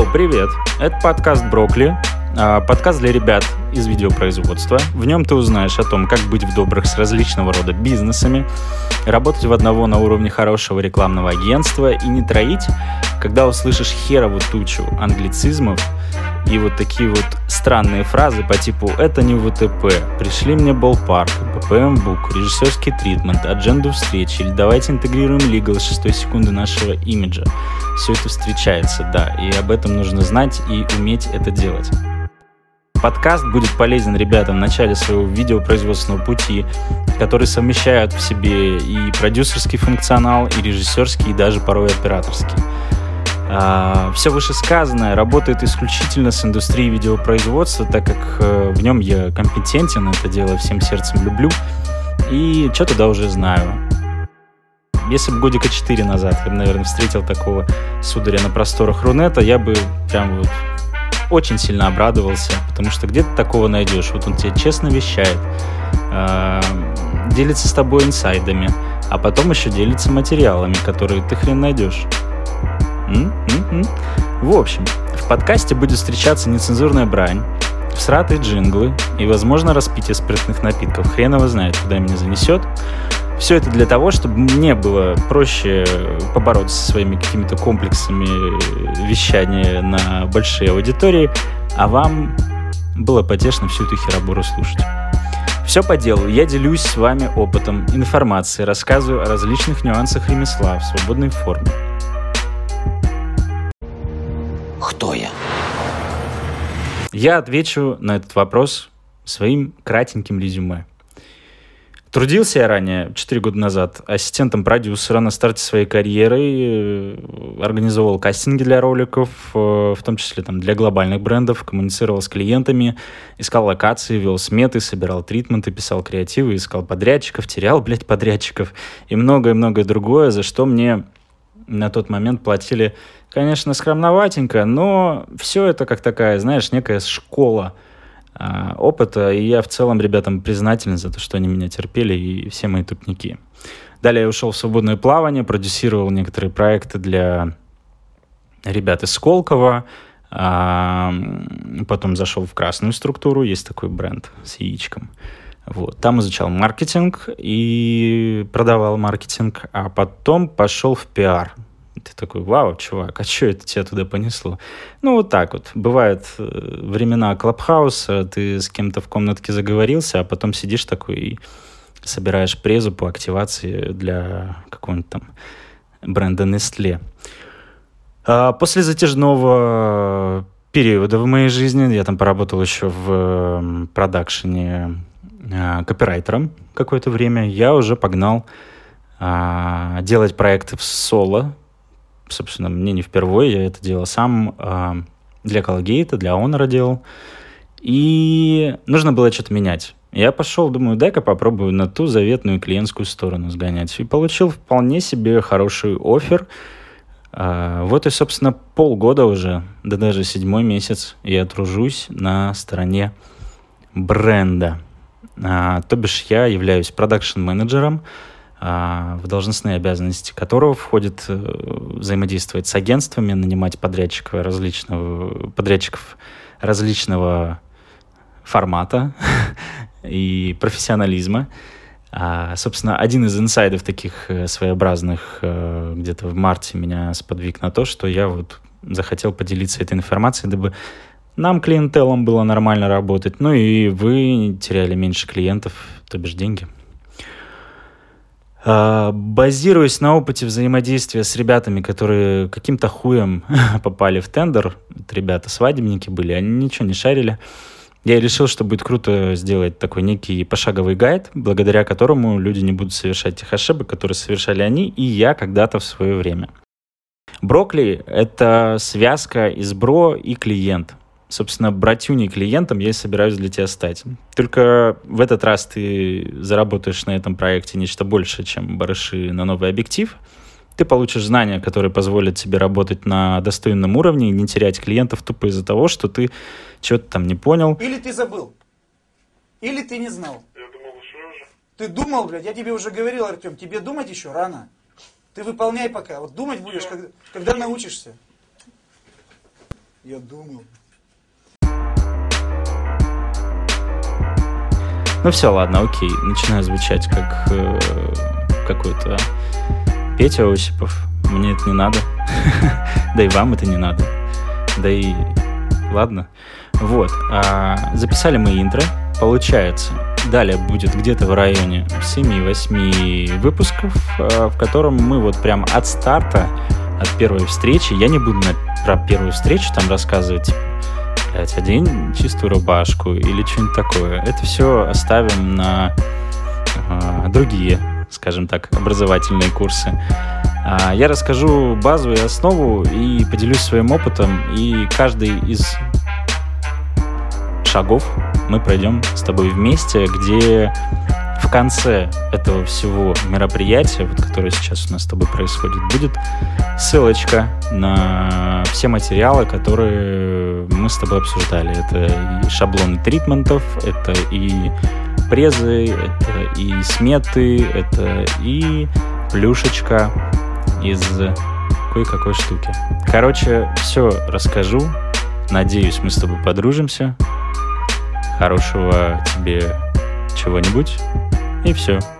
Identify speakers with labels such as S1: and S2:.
S1: Привет! Это подкаст «Брокли», подкаст для ребят из видеопроизводства. В нем ты узнаешь о том, как быть в добрых с различного рода бизнесами, работать в одного на уровне хорошего рекламного агентства и не троить, когда услышишь херову тучу англицизмов и вот такие вот странные фразы по типу «это не ВТП», «пришли мне Ballpark», «БПМ-бук», «режиссерский тритмент», «адженду встречи» или «давайте интегрируем лигал с 6 секунды нашего имиджа». Все это встречается, да, и об этом нужно знать и уметь это делать. Подкаст будет полезен ребятам в начале своего видеопроизводственного пути, которые совмещают в себе и продюсерский функционал, и режиссерский, и даже порой операторский. Все вышесказанное работает исключительно с индустрией видеопроизводства, так как в нем я компетентен, это дело всем сердцем люблю и что тогда уже знаю. Если бы годика 4 назад я бы, наверное, встретил такого сударя на просторах Рунета, я бы прям вот очень сильно обрадовался, потому что где ты такого найдешь? Вот он тебе честно вещает, делится с тобой инсайдами, а потом еще делится материалами, которые ты хрен найдешь. В общем, в подкасте будет встречаться нецензурная брань, всратые джинглы и, возможно, распитие спиртных напитков. Хрен его знает, куда меня занесет. Все это для того, чтобы мне было проще побороться со своими какими-то комплексами вещания на большие аудитории, а вам было потешно всю эту херобору слушать. Все по делу. Я делюсь с вами опытом, информацией, рассказываю о различных нюансах ремесла в свободной форме.
S2: Кто я?
S1: Я отвечу на этот вопрос своим кратеньким резюме. Трудился я ранее, 4 года назад, ассистентом продюсера на старте своей карьеры, организовывал кастинги для роликов, в том числе там, для глобальных брендов, коммуницировал с клиентами, искал локации, вел сметы, собирал тритменты, писал креативы, искал подрядчиков, терял, подрядчиков и многое-многое другое, за что мне на тот момент платили, конечно, скромноватенько, но все это как такая, знаешь, некая школа опыта, и я в целом ребятам признателен за то, что они меня терпели, и все мои тупники. Далее я ушел в свободное плавание, продюсировал некоторые проекты для ребят из Сколково, потом зашел в красную структуру, есть такой бренд с яичком. Вот. Там изучал маркетинг и продавал маркетинг, а потом пошел в пиар. Ты такой: вау, чувак, а что это тебя туда понесло? Ну, вот так вот. Бывают времена Клабхауса, ты с кем-то в комнатке заговорился, а потом сидишь такой и собираешь презу по активации для какого-нибудь там бренда Nestlé. После затяжного периода в моей жизни, я там поработал еще в продакшене копирайтером какое-то время, я уже погнал делать проекты в соло. Собственно, мне не впервые, я это делал сам для Colgate, для Honor делал. И нужно было что-то менять. Я пошел, думаю, дай-ка попробую на ту заветную клиентскую сторону сгонять. И получил вполне себе хороший оффер. Вот и, собственно, полгода уже, да даже 7-й месяц я тружусь на стороне бренда. То бишь я являюсь продакшн-менеджером, в должностные обязанности которого входит взаимодействовать с агентствами, нанимать подрядчиков различного формата и профессионализма. Собственно, один из инсайдов таких своеобразных где-то в марте меня сподвиг на то, что я вот захотел поделиться этой информацией, дабы нам, клиентелам, было нормально работать, ну и вы теряли меньше клиентов, то бишь деньги. Базируясь на опыте взаимодействия с ребятами, которые каким-то хуем попали в тендер, это ребята-свадебники были, они ничего не шарили, я решил, что будет круто сделать такой некий пошаговый гайд, благодаря которому люди не будут совершать тех ошибок, которые совершали они и я когда-то в свое время. Брокли — это связка из бро и клиент. Собственно, братюней клиентом я и собираюсь для тебя стать. Только в этот раз ты заработаешь на этом проекте нечто большее, чем барыши на новый объектив. Ты получишь знания, которые позволят тебе работать на достойном уровне и не терять клиентов тупо из-за того, что ты что-то там не понял.
S3: Или ты забыл, или ты не знал.
S4: Я думал, уже.
S3: Ты думал, блядь, я тебе уже говорил, Артем, тебе думать еще рано. Ты выполняй пока. Вот думать будешь, когда научишься. Я думал.
S1: Ну все, ладно, окей. Начинаю звучать как какой-то Петя Осипов. Мне это не надо. Да и вам это не надо. Да и ладно. Вот. Записали мы интро. Получается, далее будет где-то в районе 7-8 выпусков, в котором мы вот прям от старта, от первой встречи, я не буду про первую встречу там рассказывать, одень чистую рубашку или что-нибудь такое. Это все оставим на другие, скажем так, образовательные курсы. Я расскажу базу и основу и поделюсь своим опытом, и каждый из шагов мы пройдем с тобой вместе, где в конце этого всего мероприятия, вот, которое сейчас у нас с тобой происходит, будет ссылочка на все материалы, которые мы с тобой обсуждали. Это и шаблоны тритментов, это и презы, это и сметы, это и плюшечка из кое-какой штуки. Короче, все расскажу. Надеюсь, мы с тобой подружимся. Хорошего тебе чего-нибудь. И все.